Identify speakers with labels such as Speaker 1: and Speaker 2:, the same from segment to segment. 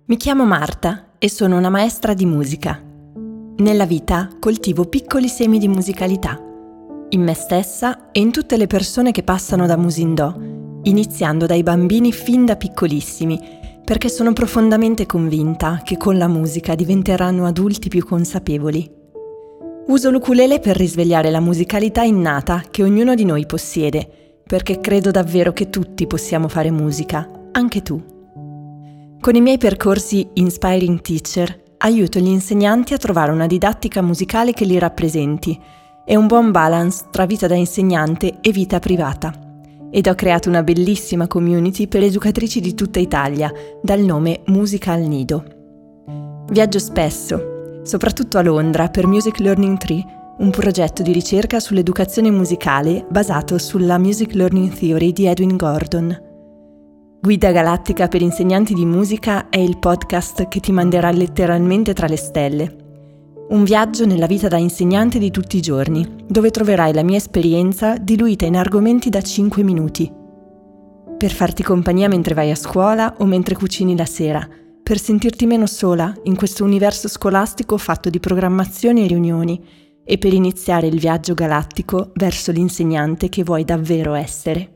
Speaker 1: Mi chiamo Marta e sono una maestra di musica. Nella vita coltivo piccoli semi di musicalità, in me stessa e in tutte le persone che passano da Musindò, iniziando dai bambini fin da piccolissimi, perché sono profondamente convinta che con la musica diventeranno adulti più consapevoli. Uso l'ukulele per risvegliare la musicalità innata che ognuno di noi possiede, perché credo davvero che tutti possiamo fare musica, anche tu. Con i miei percorsi Inspiring Teacher aiuto gli insegnanti a trovare una didattica musicale che li rappresenti e un buon balance tra vita da insegnante e vita privata. Ed ho creato una bellissima community per educatrici di tutta Italia, dal nome Musica al Nido. Viaggio spesso, soprattutto a Londra, per Music Learning Tree, un progetto di ricerca sull'educazione musicale basato sulla Music Learning Theory di Edwin Gordon. Guida Galattica per insegnanti di musica è il podcast che ti manderà letteralmente tra le stelle. Un viaggio nella vita da insegnante di tutti i giorni, dove troverai la mia esperienza diluita in argomenti da 5 minuti. Per farti compagnia mentre vai a scuola o mentre cucini la sera, per sentirti meno sola in questo universo scolastico fatto di programmazioni e riunioni, e per iniziare il viaggio galattico verso l'insegnante che vuoi davvero essere.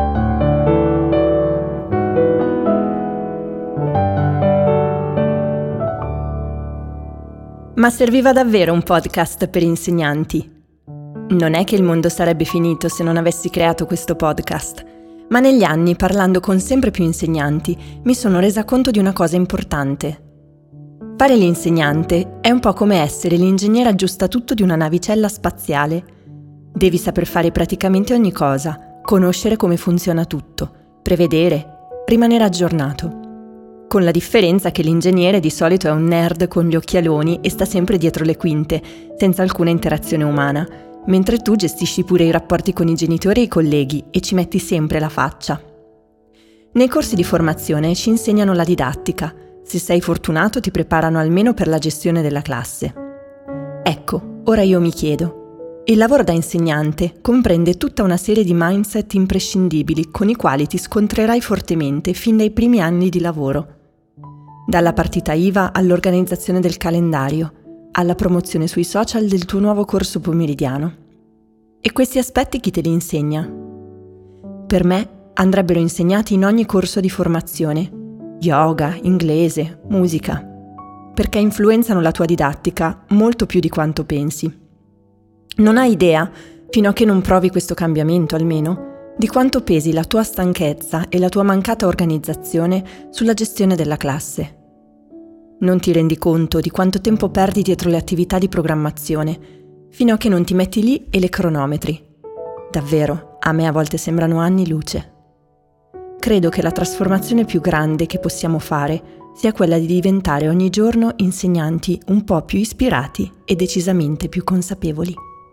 Speaker 1: Ma serviva davvero un podcast per insegnanti? Non è che il mondo sarebbe finito se non avessi creato questo podcast, ma negli anni, parlando con sempre più insegnanti, mi sono resa conto di una cosa importante. Fare l'insegnante è un po' come essere l'ingegnere aggiustatutto di una navicella spaziale. Devi saper fare praticamente ogni cosa, conoscere come funziona tutto, prevedere, rimanere aggiornato. Con la differenza che l'ingegnere di solito è un nerd con gli occhialoni e sta sempre dietro le quinte, senza alcuna interazione umana, mentre tu gestisci pure i rapporti con i genitori e i colleghi e ci metti sempre la faccia. Nei corsi di formazione ci insegnano la didattica. Se sei fortunato ti preparano almeno per la gestione della classe. Ecco, ora io mi chiedo, il lavoro da insegnante comprende tutta una serie di mindset imprescindibili con i quali ti scontrerai fortemente fin dai primi anni di lavoro. Dalla partita IVA all'organizzazione del calendario, alla promozione sui social del tuo nuovo corso pomeridiano. E questi aspetti chi te li insegna? Per me andrebbero insegnati in ogni corso di formazione: yoga, inglese, musica, perché influenzano la tua didattica molto più di quanto pensi. Non hai idea, fino a che non provi questo cambiamento almeno, di quanto pesi la tua stanchezza e la tua mancata organizzazione sulla gestione della classe. Non ti rendi conto di quanto tempo perdi dietro le attività di programmazione, fino a che non ti metti lì e le cronometri. Davvero, a me a volte sembrano anni luce. Credo che la trasformazione più grande che possiamo fare sia quella di diventare ogni giorno insegnanti un po' più ispirati e decisamente più consapevoli.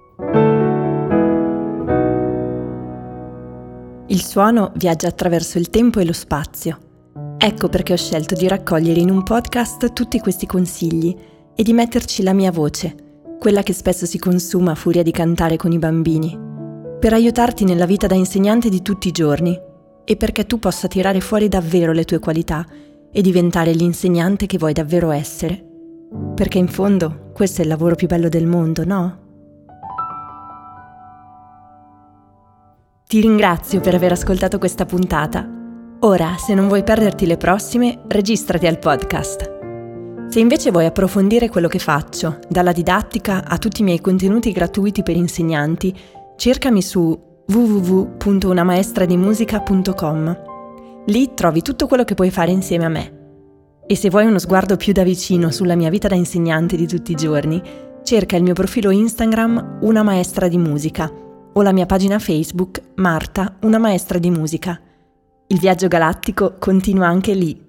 Speaker 1: Il suono viaggia attraverso il tempo e lo spazio. Ecco perché ho scelto di raccogliere in un podcast tutti questi consigli e di metterci la mia voce, quella che spesso si consuma a furia di cantare con i bambini, per aiutarti nella vita da insegnante di tutti i giorni e perché tu possa tirare fuori davvero le tue qualità e diventare l'insegnante che vuoi davvero essere. Perché in fondo questo è il lavoro più bello del mondo, no? Ti ringrazio per aver ascoltato questa puntata. Ora, se non vuoi perderti le prossime, registrati al podcast. Se invece vuoi approfondire quello che faccio, dalla didattica a tutti i miei contenuti gratuiti per insegnanti, cercami su www.unamaestradimusica.com. Lì trovi tutto quello che puoi fare insieme a me. E se vuoi uno sguardo più da vicino sulla mia vita da insegnante di tutti i giorni, cerca il mio profilo Instagram Una Maestra di Musica o la mia pagina Facebook Marta, una maestra di musica. Il viaggio galattico continua anche lì.